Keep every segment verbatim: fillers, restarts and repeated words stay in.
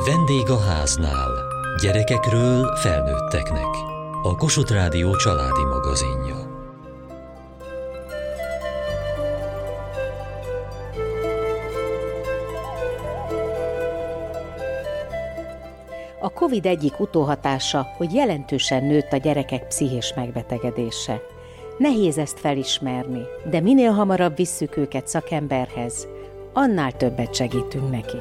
Vendég a háznál. Gyerekekről felnőtteknek. A Kossuth Rádió családi magazinja. A Covid egyik utóhatása, hogy jelentősen nőtt a gyerekek pszichés megbetegedése. Nehéz ezt felismerni, de minél hamarabb visszük őket szakemberhez, annál többet segítünk nekik.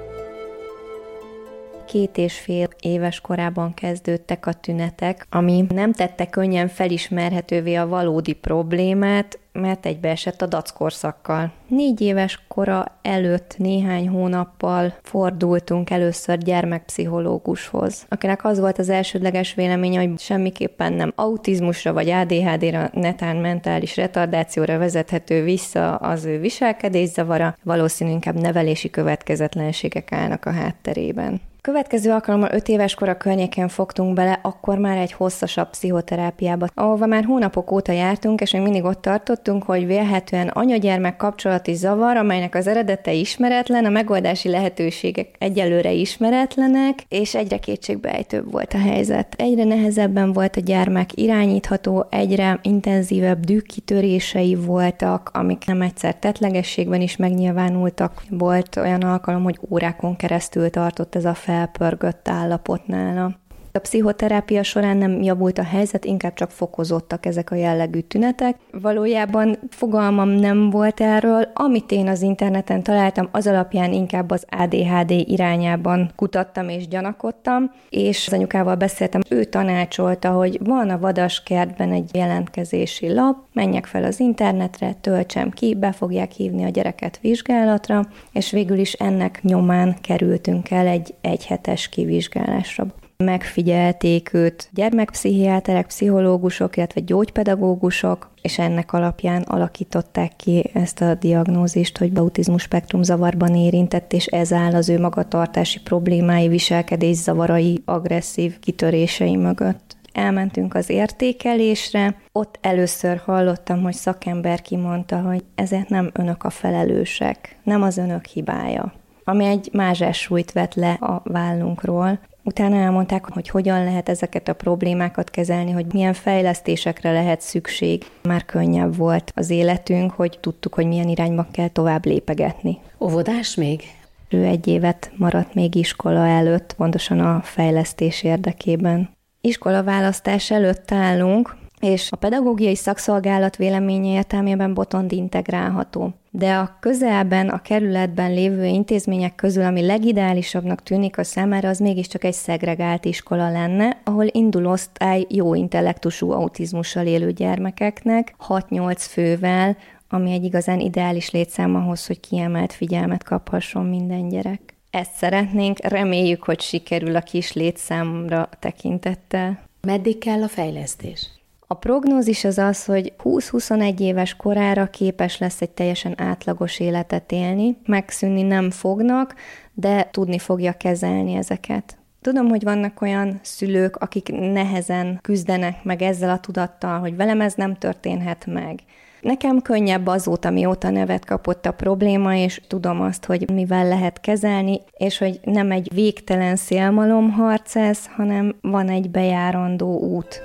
Két és fél éves korában kezdődtek a tünetek, ami nem tette könnyen felismerhetővé a valódi problémát, mert egybeesett a dackorszakkal. Négy éves kora előtt néhány hónappal fordultunk először gyermekpszichológushoz, akinek az volt az elsődleges véleménye, hogy semmiképpen nem autizmusra vagy á dé há dé-ra, netán mentális retardációra vezethető vissza az ő viselkedészavara, valószínűleg inkább nevelési következetlenségek állnak a hátterében. Következő alkalommal öt éves kora környéken fogtunk bele, akkor már egy hosszasabb pszichoterápiába, ahova már hónapok óta jártunk, és még mindig ott tartottunk, hogy vélhetően anya-gyermek kapcsolati zavar, amelynek az eredete ismeretlen, a megoldási lehetőségek egyelőre ismeretlenek, és egyre kétségbeejtőbb volt a helyzet. Egyre nehezebben volt a gyermek irányítható, egyre intenzívebb dühkitörései voltak, amik nem egyszer tettlegességben is megnyilvánultak. Volt olyan alkalom, hogy órákon keresztül tartott ez a felpörgött állapot nála. A pszichoterápia során nem javult a helyzet, inkább csak fokozottak ezek a jellegű tünetek. Valójában fogalmam nem volt erről, amit én az interneten találtam, az alapján inkább az á dé há dé irányában kutattam és gyanakodtam, és az anyukával beszéltem, ő tanácsolta, hogy van a Vadaskertben egy jelentkezési lap, menjek fel az internetre, töltsem ki, be fogják hívni a gyereket vizsgálatra, és végül is ennek nyomán kerültünk el egy egyhetes kivizsgálásra. Megfigyelték őt gyermekpszichiáterek, pszichológusok, illetve gyógypedagógusok, és ennek alapján alakították ki ezt a diagnózist, hogy autizmus spektrum zavarban érintett, és ez áll az ő magatartási problémái, viselkedészavarai, agresszív kitörései mögött. Elmentünk az értékelésre, ott először hallottam, hogy szakember kimondta, hogy ezért nem önök a felelősek, nem az önök hibája, ami egy mázsás súlyt vett le a vállunkról. Utána elmondták, hogy hogyan lehet ezeket a problémákat kezelni, hogy milyen fejlesztésekre lehet szükség. Már könnyebb volt az életünk, hogy tudtuk, hogy milyen irányba kell tovább lépegetni. Óvodás még? Ő egy évet maradt még iskola előtt, pontosan a fejlesztés érdekében. Iskolaválasztás előtt állunk, és a pedagógiai szakszolgálat véleménye értelmében Botond integrálható. De a közelben, a kerületben lévő intézmények közül, ami legideálisabbnak tűnik a számára, az mégiscsak egy szegregált iskola lenne, ahol indul osztály jó intellektusú autizmussal élő gyermekeknek, hat-nyolc fővel, ami egy igazán ideális létszám ahhoz, hogy kiemelt figyelmet kaphasson minden gyerek. Ezt szeretnénk, reméljük, hogy sikerül a kis létszámra tekintettel. Meddig kell a fejlesztés? A prognózis az az, hogy húsz-huszonegy éves korára képes lesz egy teljesen átlagos életet élni, megszűnni nem fognak, de tudni fogja kezelni ezeket. Tudom, hogy vannak olyan szülők, akik nehezen küzdenek meg ezzel a tudattal, hogy velem ez nem történhet meg. Nekem könnyebb azóta, mióta nevet kapott a probléma, és tudom azt, hogy mivel lehet kezelni, és hogy nem egy végtelen szélmalomharc ez, hanem van egy bejárandó út.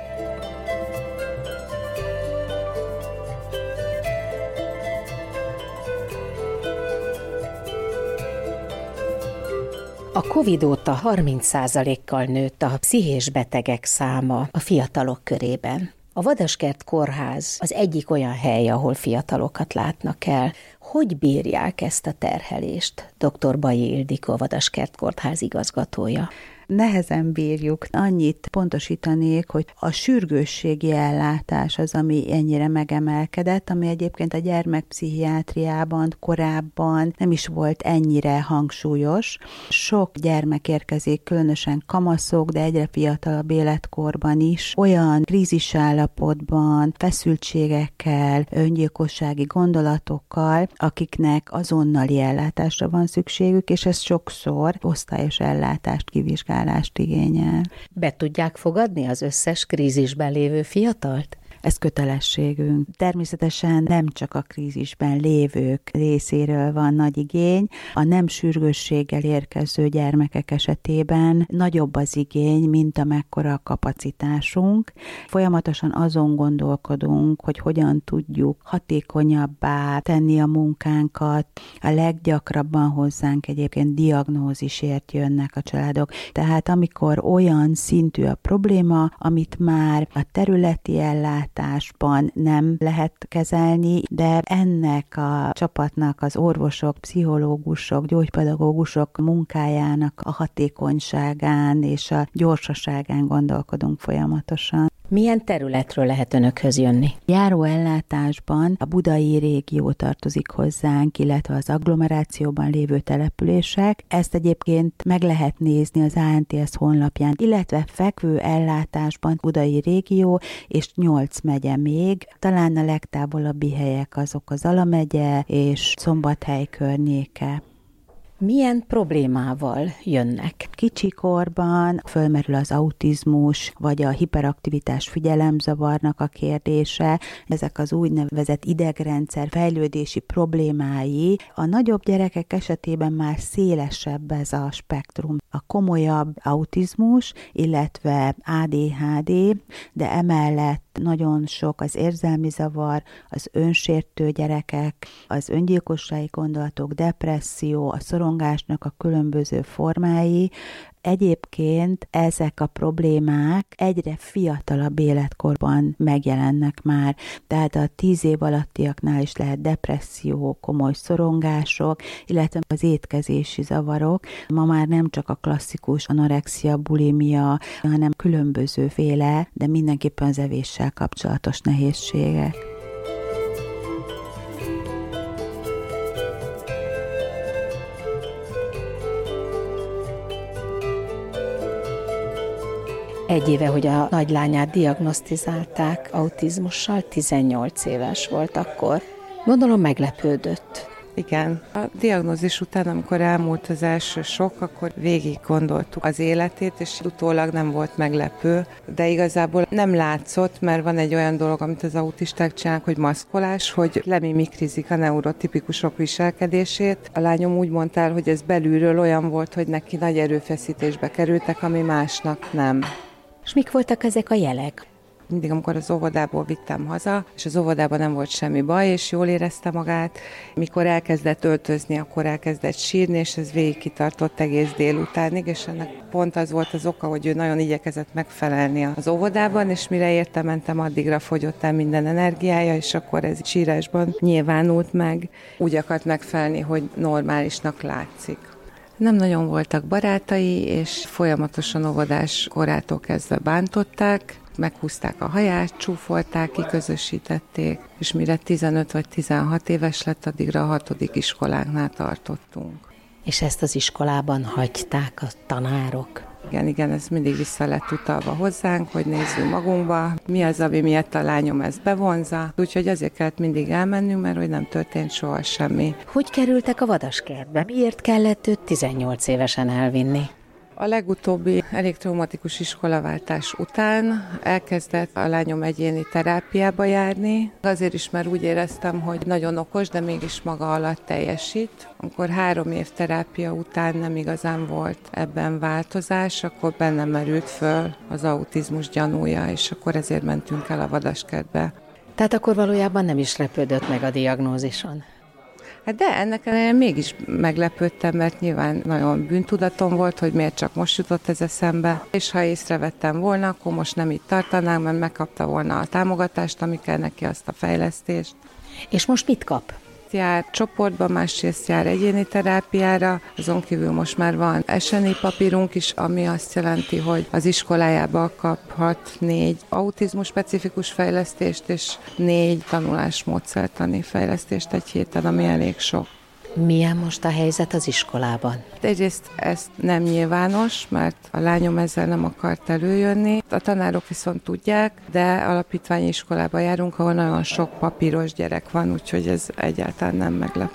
A Covid óta harminc százalékkal nőtt a pszichés betegek száma a fiatalok körében. A Vadaskert Kórház az egyik olyan hely, ahol fiatalokat látnak el. Hogy bírják ezt a terhelést? doktor Baji Ildikó, a Vadaskert Kórház igazgatója. Nehezen bírjuk. Annyit pontosítanék, hogy a sürgősségi ellátás az, ami ennyire megemelkedett, ami egyébként a gyermekpszichiátriában korábban nem is volt ennyire hangsúlyos. Sok gyermek érkezik, különösen kamaszok, de egyre fiatalabb életkorban is, olyan krízisállapotban, feszültségekkel, öngyilkossági gondolatokkal, akiknek azonnali ellátásra van szükségük, és ez sokszor osztályos ellátást kivizsgál. Igényel. Be tudják fogadni az összes krízisben lévő fiatalt? Ez kötelességünk. Természetesen nem csak a krízisben lévők részéről van nagy igény, a nem sürgősséggel érkező gyermekek esetében nagyobb az igény, mint amekkora a kapacitásunk. Folyamatosan azon gondolkodunk, hogy hogyan tudjuk hatékonyabbá tenni a munkánkat. A leggyakrabban hozzánk egyébként diagnózisért jönnek a családok. Tehát amikor olyan szintű a probléma, amit már a területi ellátásban nem lehet kezelni, de ennek a csapatnak az orvosok, pszichológusok, gyógypedagógusok munkájának a hatékonyságán és a gyorsaságán gondolkodunk folyamatosan. Milyen területről lehet önökhöz jönni? Járóellátásban a budai régió tartozik hozzánk, illetve az agglomerációban lévő települések. Ezt egyébként meg lehet nézni az á en té es honlapján, illetve fekvő ellátásban budai régió és nyolc megye még. Talán a legtávolabbi helyek azok az Zala megye és Szombathely környéke. Milyen problémával jönnek? Kicsikorban fölmerül az autizmus, vagy a hiperaktivitás figyelemzavarnak a kérdése. Ezek az úgynevezett idegrendszer fejlődési problémái. A nagyobb gyerekek esetében már szélesebb ez a spektrum. A komolyabb autizmus, illetve á dé há dé, de emellett nagyon sok az érzelmi zavar, az önsértő gyerekek, az öngyilkossági gondolatok, depresszió, a szorongásnak a különböző formái. Egyébként ezek a problémák egyre fiatalabb életkorban megjelennek már, tehát a tíz év alattiaknál is lehet depresszió, komoly szorongások, illetve az étkezési zavarok. Ma már nem csak a klasszikus anorexia, bulimia, hanem különbözőféle, de mindenképpen az evéssel kapcsolatos nehézségek. Egy éve, hogy a nagylányát diagnosztizálták autizmussal, tizennyolc éves volt akkor. Gondolom meglepődött. Igen. A diagnózis után, amikor elmúlt az első sok, akkor végig gondoltuk az életét, és utólag nem volt meglepő, de igazából nem látszott, mert van egy olyan dolog, amit az autisták csinálnak, hogy maszkolás, hogy lemimikrizik a neurotipikusok viselkedését. A lányom úgy mondta el, hogy ez belülről olyan volt, hogy neki nagy erőfeszítésbe kerültek, ami másnak nem. És mik voltak ezek a jelek? Mindig, amikor az óvodából vittem haza, és az óvodában nem volt semmi baj, és jól érezte magát. Mikor elkezdett öltözni, akkor elkezdett sírni, és ez végig kitartott egész délutánig, és ennek pont az volt az oka, hogy ő nagyon igyekezett megfelelni az óvodában, és mire értem, mentem, addigra fogyott el minden energiája, és akkor ez sírásban nyilvánult meg. Úgy akart megfelelni, hogy normálisnak látszik. Nem nagyon voltak barátai, és folyamatosan óvodás korától kezdve bántották, meghúzták a haját, csúfolták, kiközösítették, és mire tizenöt vagy tizenhat éves lett, addigra a hatodik iskolánknál tartottunk. És ezt az iskolában hagyták a tanárok? Igen, igen, ez mindig vissza lett utalva hozzánk, hogy nézzünk magunkba, mi az, ami miatt a lányom ezt bevonza. Úgyhogy azért kellett mindig elmennünk, mert hogy nem történt soha semmi. Hogy kerültek a vadaskertbe? Miért kellett őt tizennyolc évesen elvinni? A legutóbbi elég traumatikus iskolaváltás után elkezdett a lányom egyéni terápiába járni. Azért is, mert úgy éreztem, hogy nagyon okos, de mégis maga alatt teljesít. Amikor három év terápia után nem igazán volt ebben változás, akkor bennem merült föl az autizmus gyanúja, és akkor ezért mentünk el a vadaskertbe. Tehát akkor valójában nem is lepődött meg a diagnózison? Hát de ennek ellenére mégis meglepődtem, mert nyilván nagyon bűntudatom volt, hogy miért csak most jutott ez eszembe, és ha észrevettem volna, akkor most nem itt tartanánk, mert megkapta volna a támogatást, ami kell neki, azt a fejlesztést. És most mit kap? Jár csoportban, másrészt jár egyéni terápiára, azon kívül most már van es en i papírunk is, ami azt jelenti, hogy az iskolájába kaphat négy autizmus-specifikus fejlesztést, és négy tanulásmódszertani fejlesztést egy héten, ami elég sok. Milyen most a helyzet az iskolában? Egyrészt ez nem nyilvános, mert a lányom ezzel nem akart előjönni. A tanárok viszont tudják, de alapítványi iskolába járunk, ahol nagyon sok papíros gyerek van, úgyhogy ez egyáltalán nem meglepő.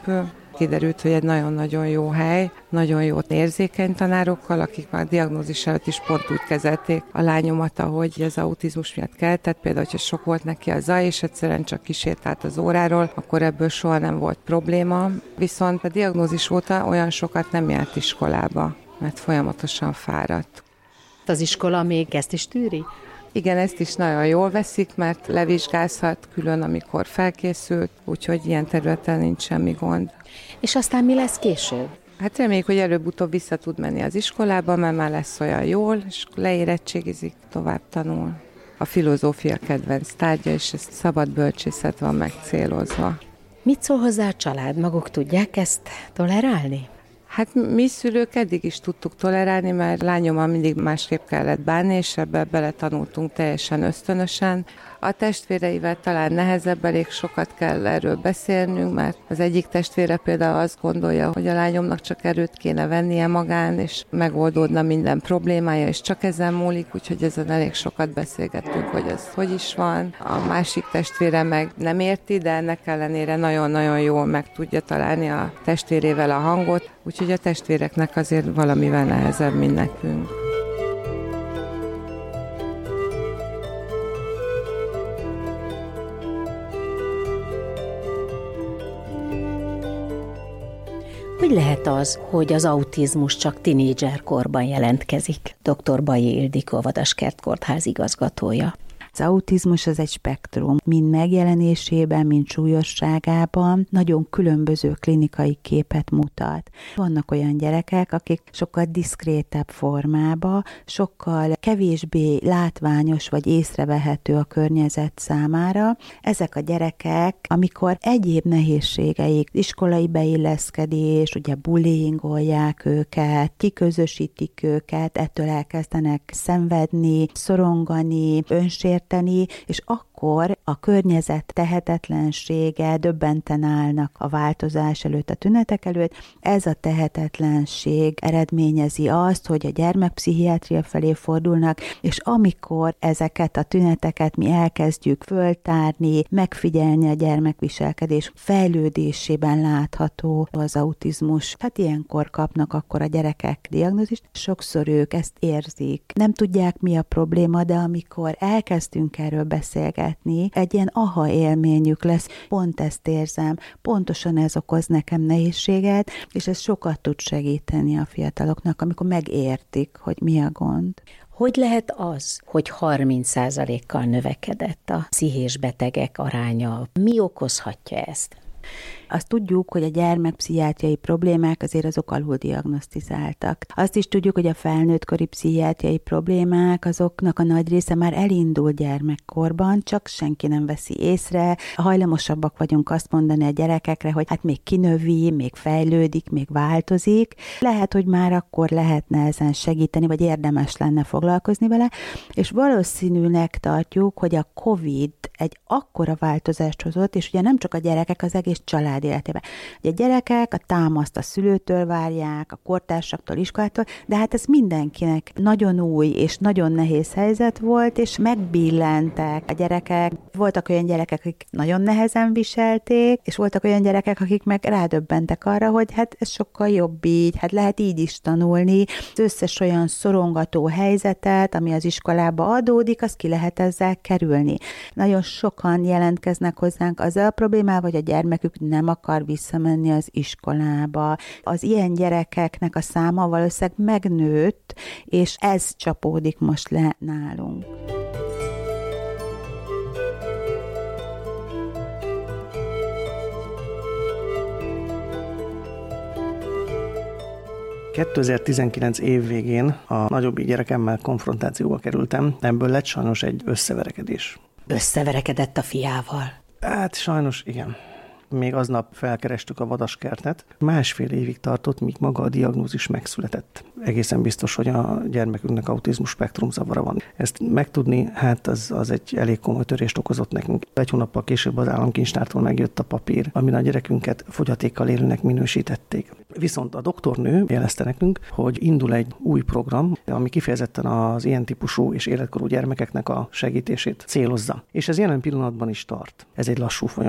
Kiderült, hogy egy nagyon-nagyon jó hely, nagyon jó érzékeny tanárokkal, akik már diagnózis előtt is pont úgy kezelték a lányomat, ahogy az autizmus miatt keltett. Például, hogyha sok volt neki a zaj, és egyszerűen csak kisétált az óráról, akkor ebből soha nem volt probléma. Viszont a diagnózis óta olyan sokat nem járt iskolába, mert folyamatosan fáradt. Az iskola még ezt is tűri? Igen, ezt is nagyon jól veszik, mert levizsgázhat külön, amikor felkészült, úgyhogy ilyen területen nincs semmi gond. És aztán mi lesz később? Hát reméljük, hogy előbb-utóbb vissza tud menni az iskolába, mert már lesz olyan jól, és leérettségizik, tovább tanul. A filozófia kedvenc tárgya, és ez szabad bölcsészet van megcélozva. Mit szól hozzá a család? Maguk tudják ezt tolerálni? Hát mi szülők eddig is tudtuk tolerálni, mert lányommal mindig másképp kellett bánni, és ebbe beletanultunk teljesen ösztönösen. A testvéreivel talán nehezebb, elég sokat kell erről beszélnünk, mert az egyik testvére például azt gondolja, hogy a lányomnak csak erőt kéne vennie magán, és megoldódna minden problémája, és csak ezen múlik, úgyhogy ezen elég sokat beszélgettünk, hogy ez hogy is van. A másik testvére meg nem érti, de ennek ellenére nagyon-nagyon jól meg tudja találni a testvérével a hangot, úgyhogy a testvéreknek azért valamivel nehezebb, mint nekünk. Hogy lehet az, hogy az autizmus csak tinédzserkorban jelentkezik? doktor Baji Ildikó Vadaskert Kórház igazgatója. Az autizmus az egy spektrum, mind megjelenésében, mind súlyosságában nagyon különböző klinikai képet mutat. Vannak olyan gyerekek, akik sokkal diszkrétebb formába, sokkal kevésbé látványos vagy észrevehető a környezet számára. Ezek a gyerekek, amikor egyéb nehézségeik, iskolai beilleszkedés, ugye bullyingolják őket, kiközösítik őket, ettől elkezdenek szenvedni, szorongani, önsért és akkor a környezet tehetetlensége, döbbenten állnak a változás előtt, a tünetek előtt. Ez a tehetetlenség eredményezi azt, hogy a gyermekpszichiátria felé fordulnak, és amikor ezeket a tüneteket mi elkezdjük föltárni, megfigyelni a gyermekviselkedés fejlődésében látható az autizmus. Hát ilyenkor kapnak akkor a gyerekek diagnózist. Sokszor ők ezt érzik. Nem tudják, mi a probléma, de amikor elkezdtünk erről beszélgetni, egy ilyen aha élményük lesz. Pont ezt érzem, pontosan ez okoz nekem nehézséget, és ez sokat tud segíteni a fiataloknak, amikor megértik, hogy mi a gond. Hogy lehet az, hogy harminc százalékkal növekedett a pszichés betegek aránya? Mi okozhatja ezt? Azt tudjuk, hogy a gyermekpszichiátriai problémák azért azok alul diagnosztizáltak. Azt is tudjuk, hogy a felnőttkori pszichiátriai problémák azoknak a nagy része már elindul gyermekkorban, csak senki nem veszi észre. Hajlamosabbak vagyunk azt mondani a gyerekekre, hogy hát még kinövi, még fejlődik, még változik. Lehet, hogy már akkor lehetne ezen segíteni, vagy érdemes lenne foglalkozni vele, és valószínűnek tartjuk, hogy a Covid egy akkora változást hozott, és ugye nem csak a gyerekek, az egész család életében. Ugye a gyerekek a támaszt a szülőtől várják, a kortársaktól, iskolától, de hát ez mindenkinek nagyon új és nagyon nehéz helyzet volt, és megbillentek a gyerekek. Voltak olyan gyerekek, akik nagyon nehezen viselték, és voltak olyan gyerekek, akik meg rádöbbentek arra, hogy hát ez sokkal jobb így, hát lehet így is tanulni. Az összes olyan szorongató helyzetet, ami az iskolába adódik, azt ki lehet ezzel kerülni. Nagyon sokan jelentkeznek hozzánk azzal a problémával, hogy a gyermekük nem akar visszamenni az iskolába. Az ilyen gyerekeknek a száma valószínűleg megnőtt, és ez csapódik most le nálunk. kétezer-tizenkilenc év végén a nagyobb gyerekemmel konfrontációba kerültem, ebből lett sajnos egy összeverekedés. Összeverekedett a fiával? Hát sajnos igen. Még aznap felkerestük a vadaskertet. Másfél évig tartott, míg maga a diagnózis megszületett. Egészen biztos, hogy a gyermekünknek autizmus spektrum zavara van. Ezt megtudni, hát az, az egy elég komoly törést okozott nekünk. Egy hónappal később az államkincstártól megjött a papír, amin a gyerekünket fogyatékkal élőnek minősítették. Viszont a doktornő jelezte nekünk, hogy indul egy új program, ami kifejezetten az ilyen típusú és életkorú gyermekeknek a segítését célozza. És ez jelen pillanatban is tart. Ez egy lassú folyamat.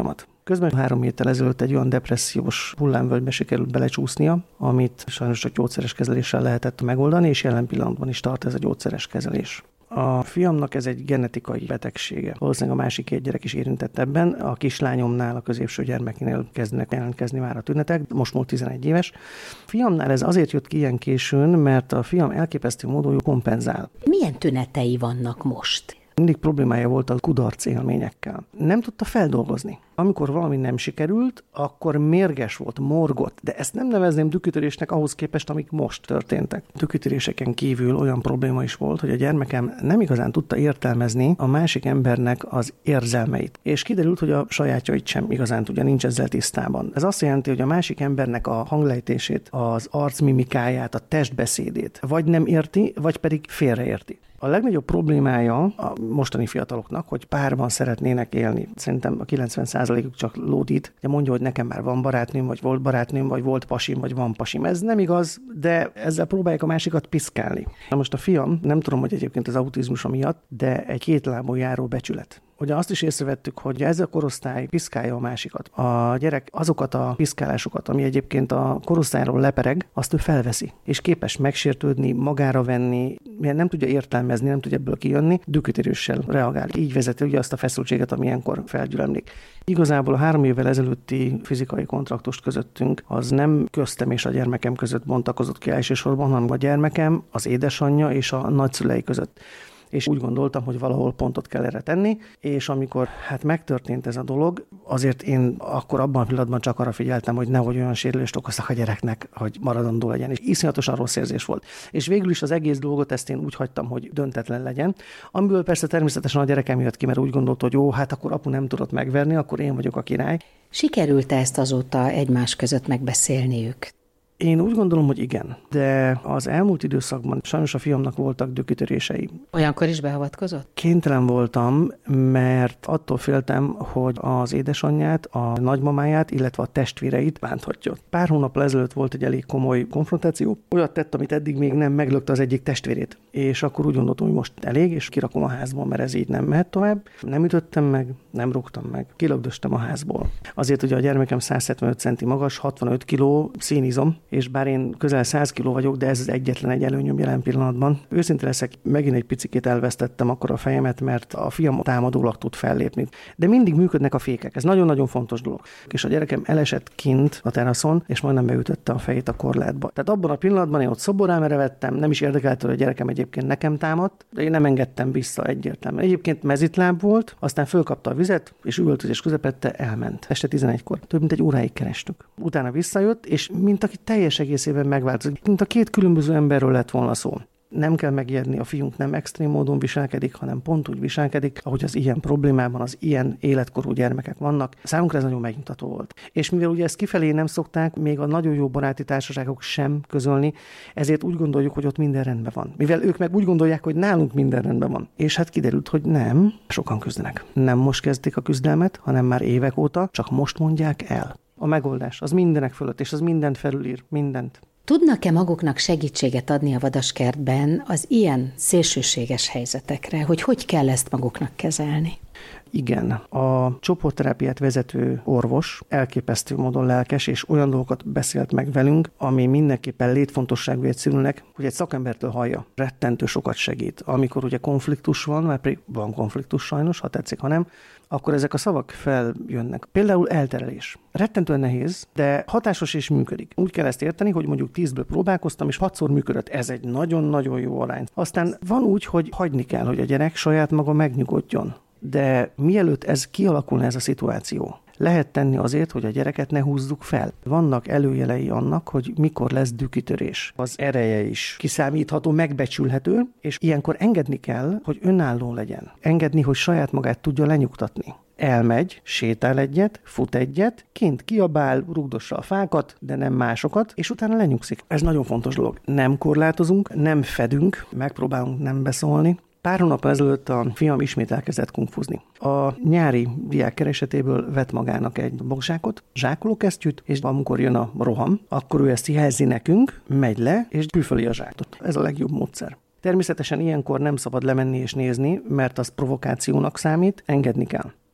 Közben három héttel ezelőtt egy olyan depressziós hullámvölgybe sikerült belecsúsznia, amit sajnos csak gyógyszeres kezeléssel lehetett megoldani, és jelen pillanatban is tart ez a gyógyszeres kezelés. A fiamnak ez egy genetikai betegsége. Valószínűleg a másik két gyerek is érintett ebben. A kislányomnál, a középső gyermekénél kezdenek jelentkezni már a tünetek, most múlt tizenegy éves. A fiamnál ez azért jött ki ilyen későn, mert a fiam elképesztő módon kompenzál. Milyen tünetei vannak most? Mindig problémája volt a kudarc élményekkel. Nem tudta feldolgozni. Amikor valami nem sikerült, akkor mérges volt, morgott, de ezt nem nevezném dükkütörésnek ahhoz képest, amik most történtek. Dükkütöréseken kívül olyan probléma is volt, hogy a gyermekem nem igazán tudta értelmezni a másik embernek az érzelmeit. És kiderült, hogy a sajátjait sem igazán tudja, nincs ezzel tisztában. Ez azt jelenti, hogy a másik embernek a hanglejtését, az arcmimikáját, a testbeszédét vagy nem érti, vagy pedig félreérti. A legnagyobb problémája a mostani fiataloknak, hogy párban szeretnének élni. Szerintem a kilencven százalékuk csak lódít. De mondja, hogy nekem már van barátnőm, vagy volt barátnőm, vagy volt pasim, vagy van pasim. Ez nem igaz, de ezzel próbálják a másikat piszkálni. Na most a fiam, nem tudom, hogy egyébként az autizmusa miatt, de egy két lábon járó becsület. Ugye azt is észrevettük, hogy ez a korosztály piszkálja a másikat. A gyerek azokat a piszkálásokat, ami egyébként a korosztályról lepereg, azt ő felveszi, és képes megsértődni, magára venni, mert nem tudja értelmezni, nem tudja ebből kijönni, dükkütéréssel reagál. Így vezeti ugye azt a feszültséget, ami ilyenkor felgyülemlik. Igazából a három évvel ezelőtti fizikai kontraktust közöttünk, az nem köztem és a gyermekem között bontakozott ki elsősorban, hanem a gyermekem, az édesanyja és a nagyszülei között. És úgy gondoltam, hogy valahol pontot kell erre tenni, és amikor hát megtörtént ez a dolog, azért én akkor abban a pillanatban csak arra figyeltem, hogy nehogy olyan sérülést okoztak a gyereknek, hogy maradandó legyen, és iszonyatosan rossz érzés volt. És végül is az egész dolgot ezt én úgy hagytam, hogy döntetlen legyen, amiből persze természetesen a gyerekem jött ki, mert úgy gondolta, hogy jó, hát akkor apu nem tudott megverni, akkor én vagyok a király. Sikerült-e ezt azóta egymás között megbeszélniük? Én úgy gondolom, hogy igen, de az elmúlt időszakban sajnos a fiamnak voltak dükkütörései. Olyankor is beavatkozott? Kénytelen voltam, mert attól féltem, hogy az édesanyját, a nagymamáját, illetve a testvéreit bánthatja. Pár hónappal ezelőtt volt egy elég komoly konfrontáció. Olyat tett, amit eddig még nem, meglökte az egyik testvérét. És akkor úgy gondoltam, hogy most elég, és kirakom a házból, mert ez így nem mehet tovább. Nem ütöttem meg, nem rúgtam meg, kilögdöstem a házból. Azért ugye a gyermekem száz hetvenöt centi magas, hatvanöt kiló színizom, és bár én közel száz kiló vagyok, de ez az egyetlen egy előnyöm jelen pillanatban. Őszinte leszek, megint egy picikét elvesztettem akkor a fejemet, mert a fiam támadólag tud fellépni. De mindig működnek a fékek, ez nagyon-nagyon fontos dolog. És a gyerekem elesett kint a teraszon, és majdnem beütötte a fejét a korlátba. Tehát abban a pillanatban én ott szoborán erevettem, nem is érdekelt, hogy a gyerekem egyébként nekem támadt, de én nem engedtem vissza egyértelműen. Egyébként mezitláb volt, aztán fölkapta a vizet, és üvöltözés közepette elment. Este tizenegykor. Több mint egy óráig kerestük. Utána visszajött, és mint aki teljes egészében megváltozik, mint a két különböző emberről lett volna szó. Nem kell megijedni, a fiunk nem extrém módon viselkedik, hanem pont úgy viselkedik, ahogy az ilyen problémában az ilyen életkorú gyermekek vannak. Számunkra ez nagyon megnyugtató volt. És mivel ugye ezt kifelé nem szokták még a nagyon jó baráti társaságok sem közölni, ezért úgy gondoljuk, hogy ott minden rendben van. Mivel ők meg úgy gondolják, hogy nálunk minden rendben van. És hát kiderült, hogy nem, sokan küzdenek. Nem most kezdik a küzdelmet, hanem már évek óta, csak most mondják el. A megoldás az mindenek fölött, és az mindent felülír, mindent. Tudnak-e maguknak segítséget adni a vadaskertben az ilyen szélsőséges helyzetekre, hogy hogy kell ezt maguknak kezelni? Igen, a csoportterápiát vezető orvos elképesztő módon lelkes, és olyan dolgokat beszélt meg velünk, ami mindenképpen létfontosságú egy szülőnek, hogy egy szakembertől hallja. Rettentő sokat segít. Amikor ugye konfliktus van, mert pedig van konfliktus sajnos, ha tetszik, ha nem, akkor ezek a szavak feljönnek. Például elterelés. Rettentően nehéz, de hatásos és működik. Úgy kell ezt érteni, hogy mondjuk tízből próbálkoztam, és hatszor működött. Ez egy nagyon-nagyon jó arány. Aztán van úgy, hogy hagyni kell, hogy a gyerek saját maga megnyugodjon. De mielőtt ez kialakulna ez a szituáció, lehet tenni azért, hogy a gyereket ne húzzuk fel. Vannak előjelei annak, hogy mikor lesz dükkitörés. Az ereje is kiszámítható, megbecsülhető, és ilyenkor engedni kell, hogy önálló legyen. Engedni, hogy saját magát tudja lenyugtatni. Elmegy, sétál egyet, fut egyet, kint kiabál, rugdossa a fákat, de nem másokat, és utána lenyugszik. Ez nagyon fontos dolog. Nem korlátozunk, nem fedünk, megpróbálunk nem beszólni. Pár hónap ezelőtt a fiam ismét elkezdett kungfuzni. A nyári diák keresetéből vett magának egy bokzsákot, zsákolókesztyűt, és amikor jön a roham, akkor ő ezt jelzi nekünk, megy le, és bűföli a zsákot. Ez a legjobb módszer. Természetesen ilyenkor nem szabad lemenni és nézni, mert az provokációnak számít, engedni kell.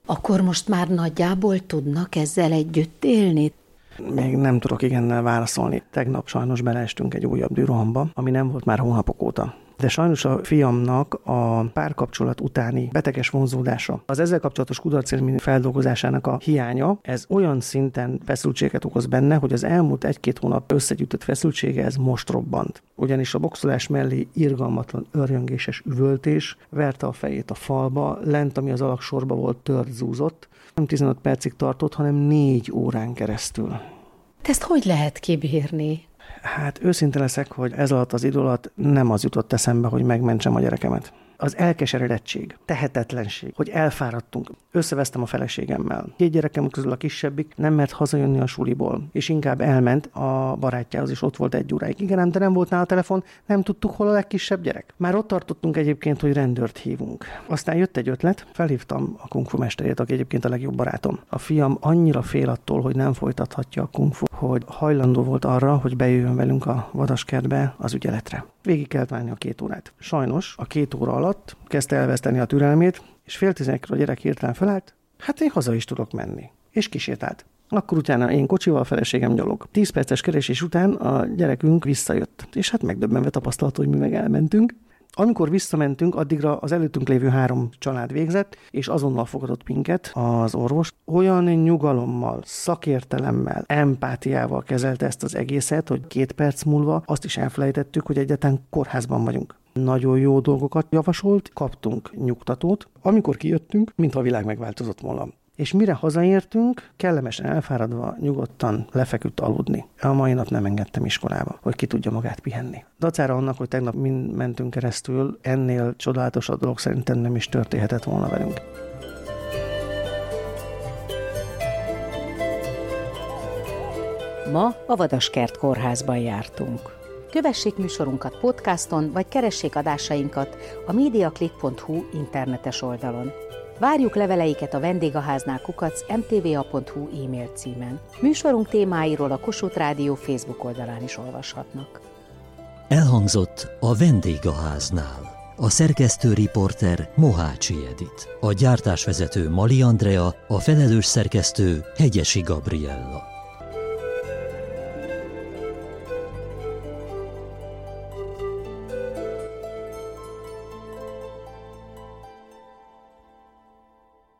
Akkor most már nagyjából tudnak ezzel együtt élni? Még nem tudok igennel válaszolni. Tegnap sajnos beleestünk egy újabb dürohamba, ami nem volt már hónapok óta. De sajnos a fiamnak a párkapcsolat utáni beteges vonzódása, az ezzel kapcsolatos kudarcélmény feldolgozásának a hiánya, ez olyan szinten feszültséget okoz benne, hogy az elmúlt egy-két hónap összegyűjtött feszültsége ez most robbant. Ugyanis a boxolás mellé irgalmatlan örjöngéses üvöltés verte a fejét a falba, lent, ami az alaksorba volt, tört, zúzott. Nem tizenöt percig tartott, hanem négy órán keresztül. Te ezt hogy lehet kibírni? Hát őszinte leszek, hogy ez alatt az idő alatt nem az jutott eszembe, hogy megmentsem a gyerekemet. Az elkeseredettség, tehetetlenség, hogy elfáradtunk. Összevesztem a feleségemmel. Két gyerekem közül a kisebbik nem mert hazajönni a suliból, és inkább elment a barátjához, és ott volt egy óráig. Igen, de nem volt nála a telefon, nem tudtuk, hol a legkisebb gyerek. Már ott tartottunk egyébként, hogy rendőrt hívunk. Aztán jött egy ötlet, felhívtam a kung fu mesterét, aki egyébként a legjobb barátom. A fiam annyira fél attól, hogy nem folytathatja a kung fu, hogy hajlandó volt arra, hogy bejöjjön velünk a vadaskertbe az ügyeletre. Végig kellett várni a két órát. Sajnos a két óra alatt kezdte elveszteni a türelmét, és fél tizenegykor a gyerek hirtelen felállt, hát én haza is tudok menni. És kisétált. Akkor utána én kocsival, a feleségem gyalog. Tíz perces keresés után a gyerekünk visszajött, és hát megdöbbenve tapasztalta, hogy mi meg elmentünk. Amikor visszamentünk, addigra az előttünk lévő három család végzett, és azonnal fogadott minket az orvos. Olyan nyugalommal, szakértelemmel, empátiával kezelte ezt az egészet, hogy két perc múlva azt is elfelejtettük, hogy egyáltalán kórházban vagyunk. Nagyon jó dolgokat javasolt, kaptunk nyugtatót. Amikor kijöttünk, mintha a világ megváltozott volna. És mire hazaértünk, kellemesen elfáradva, nyugodtan lefeküdt aludni. A mai nap nem engedtem iskolába, hogy ki tudja magát pihenni. Dacára annak, hogy tegnap mind mentünk keresztül, ennél csodálatosabb dolog szerintem nem is történhetett volna velünk. Ma a Vadaskert kórházban jártunk. Kövessék műsorunkat podcaston, vagy keressék adásainkat a mediaclick pont hu internetes oldalon. Várjuk leveleiket a vendégháznál kukac em té vé á pont hu e-mail címen. Műsorunk témáiról a Kossuth Rádió Facebook oldalán is olvashatnak. Elhangzott a vendégháznál. A szerkesztő riporter Mohácsi Edit. A gyártásvezető Mali Andrea, a felelős szerkesztő Hegyesi Gabriella.